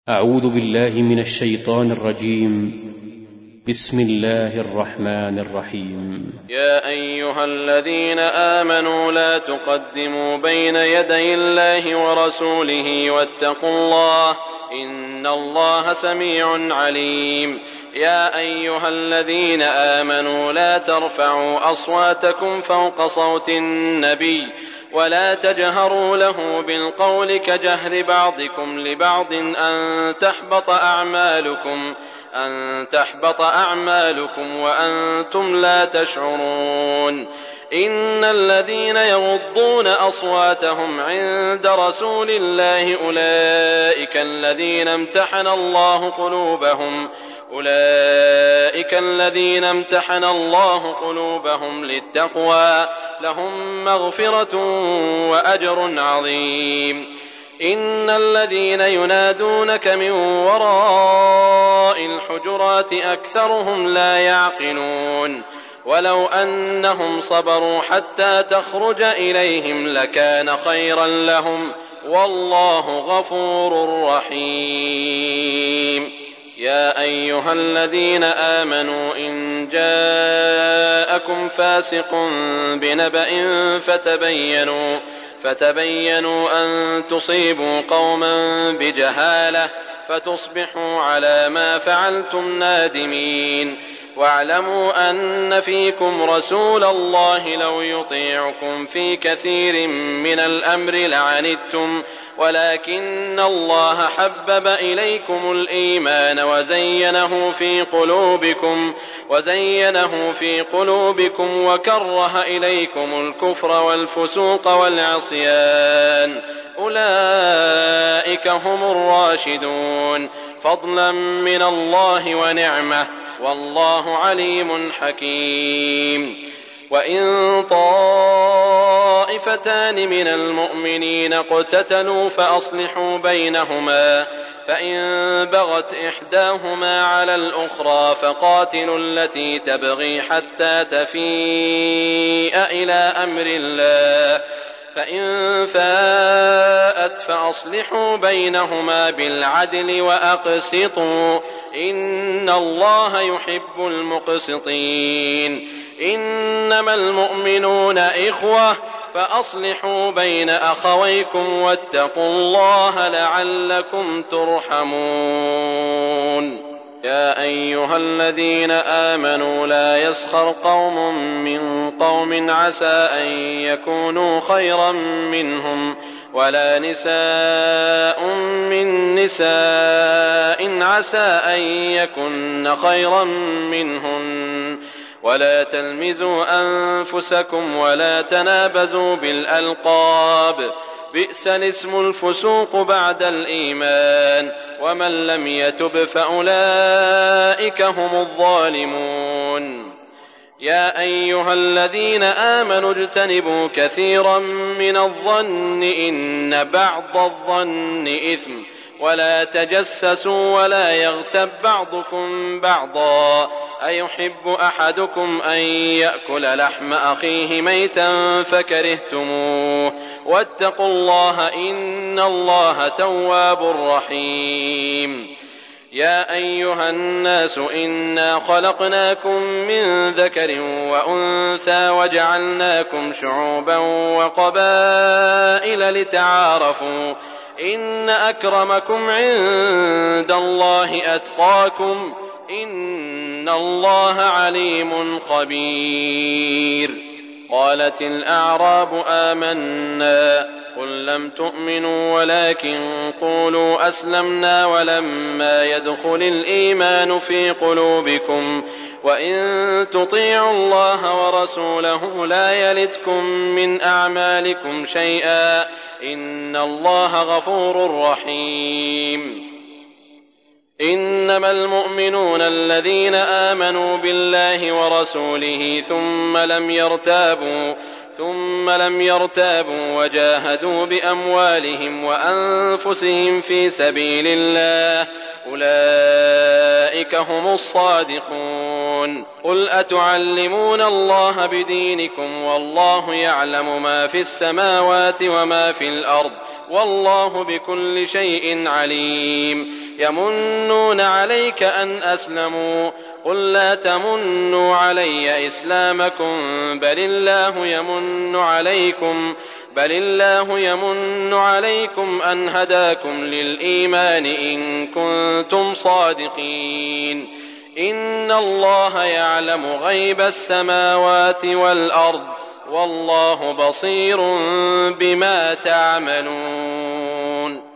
أعوذ بالله من الشيطان الرجيم. بسم الله الرحمن الرحيم. يا أيها الذين آمنوا لا تقدموا بين يدي الله ورسوله واتقوا الله إن الله سميع عليم. يا أيها الذين آمنوا لا ترفعوا أصواتكم فوق صوت النبي ولا تجهروا له بالقول كجهر بعضكم لبعض أن تحبط أعمالكم وأنتم لا تشعرون. إن الذين يغضون أصواتهم عند رسول الله أولئك الذين امتحن الله قلوبهم للتقوى لهم مغفرة وأجر عظيم. إن الذين ينادونك من وراء الحجرات أكثرهم لا يعقلون. ولو أنهم صبروا حتى تخرج إليهم لكان خيرا لهم والله غفور رحيم. يا أيها الذين آمنوا إن جاءكم فاسق بنبأ فتبينوا أن تصيبوا قوما بجهالة فتصبحوا على ما فعلتم نادمين. واعلموا أن فيكم رسول الله لو يطيعكم في كثير من الأمر لعنتم ولكن الله حبب إليكم الإيمان وزينه في قلوبكم وكره إليكم الكفر والفسوق والعصيان أولئك هم الراشدون فضلا من الله ونعمة والله عليم حكيم. وإن طائفتان من المؤمنين اقتتلوا فأصلحوا بينهما فإن بغت إحداهما على الأخرى فقاتلوا التي تبغي حتى تفيء إلى أمر الله فإن فاءت فأصلحوا بينهما بالعدل وأقسطوا إن الله يحب المقسطين. إنما المؤمنون إخوة فأصلحوا بين أخويكم واتقوا الله لعلكم ترحمون. يا أيها الذين آمنوا لا يسخر قوم من قوم عسى أن يكونوا خيرا منهم ولا نساء من نساء عسى أن يكن خيرا منهن ولا تلمزوا أنفسكم ولا تنابزوا بالألقاب بئس الاسم الفسوق بعد الإيمان ومن لم يتب فأولئك هم الظالمون. يا أيها الذين آمنوا اجتنبوا كثيرا من الظن إن بعض الظن إثم ولا تجسسوا ولا يغتب بعضكم بعضا أيحب أحدكم أن يأكل لحم أخيه ميتا فكرهتموه واتقوا الله إن الله تواب رحيم. يا أيها الناس إنا خلقناكم من ذكر وأنثى وجعلناكم شعوبا وقبائل لتعارفوا إن أكرمكم عند الله أتقاكم إن الله عليم خبير. قالت الأعراب آمنا قل لم تؤمنوا ولكن قولوا أسلمنا ولما يدخل الإيمان في قلوبكم وإن تطيعوا الله ورسوله لا يلتكم من أعمالكم شيئا إن الله غفور رحيم. إنما المؤمنون الذين آمنوا بالله ورسوله ثم لم يرتابوا وجاهدوا بأموالهم وأنفسهم في سبيل الله أولئك هم الصادقون. قل أتعلمون الله بدينكم والله يعلم ما في السماوات وما في الأرض والله بكل شيء عليم. يمنون عليك أن أسلموا قل لا تمنوا علي إسلامكم بل الله يمن عليكم أن هداكم للإيمان إن كنتم صادقين إن الله يعلم غيب السماوات والأرض والله بصير بما تعملون.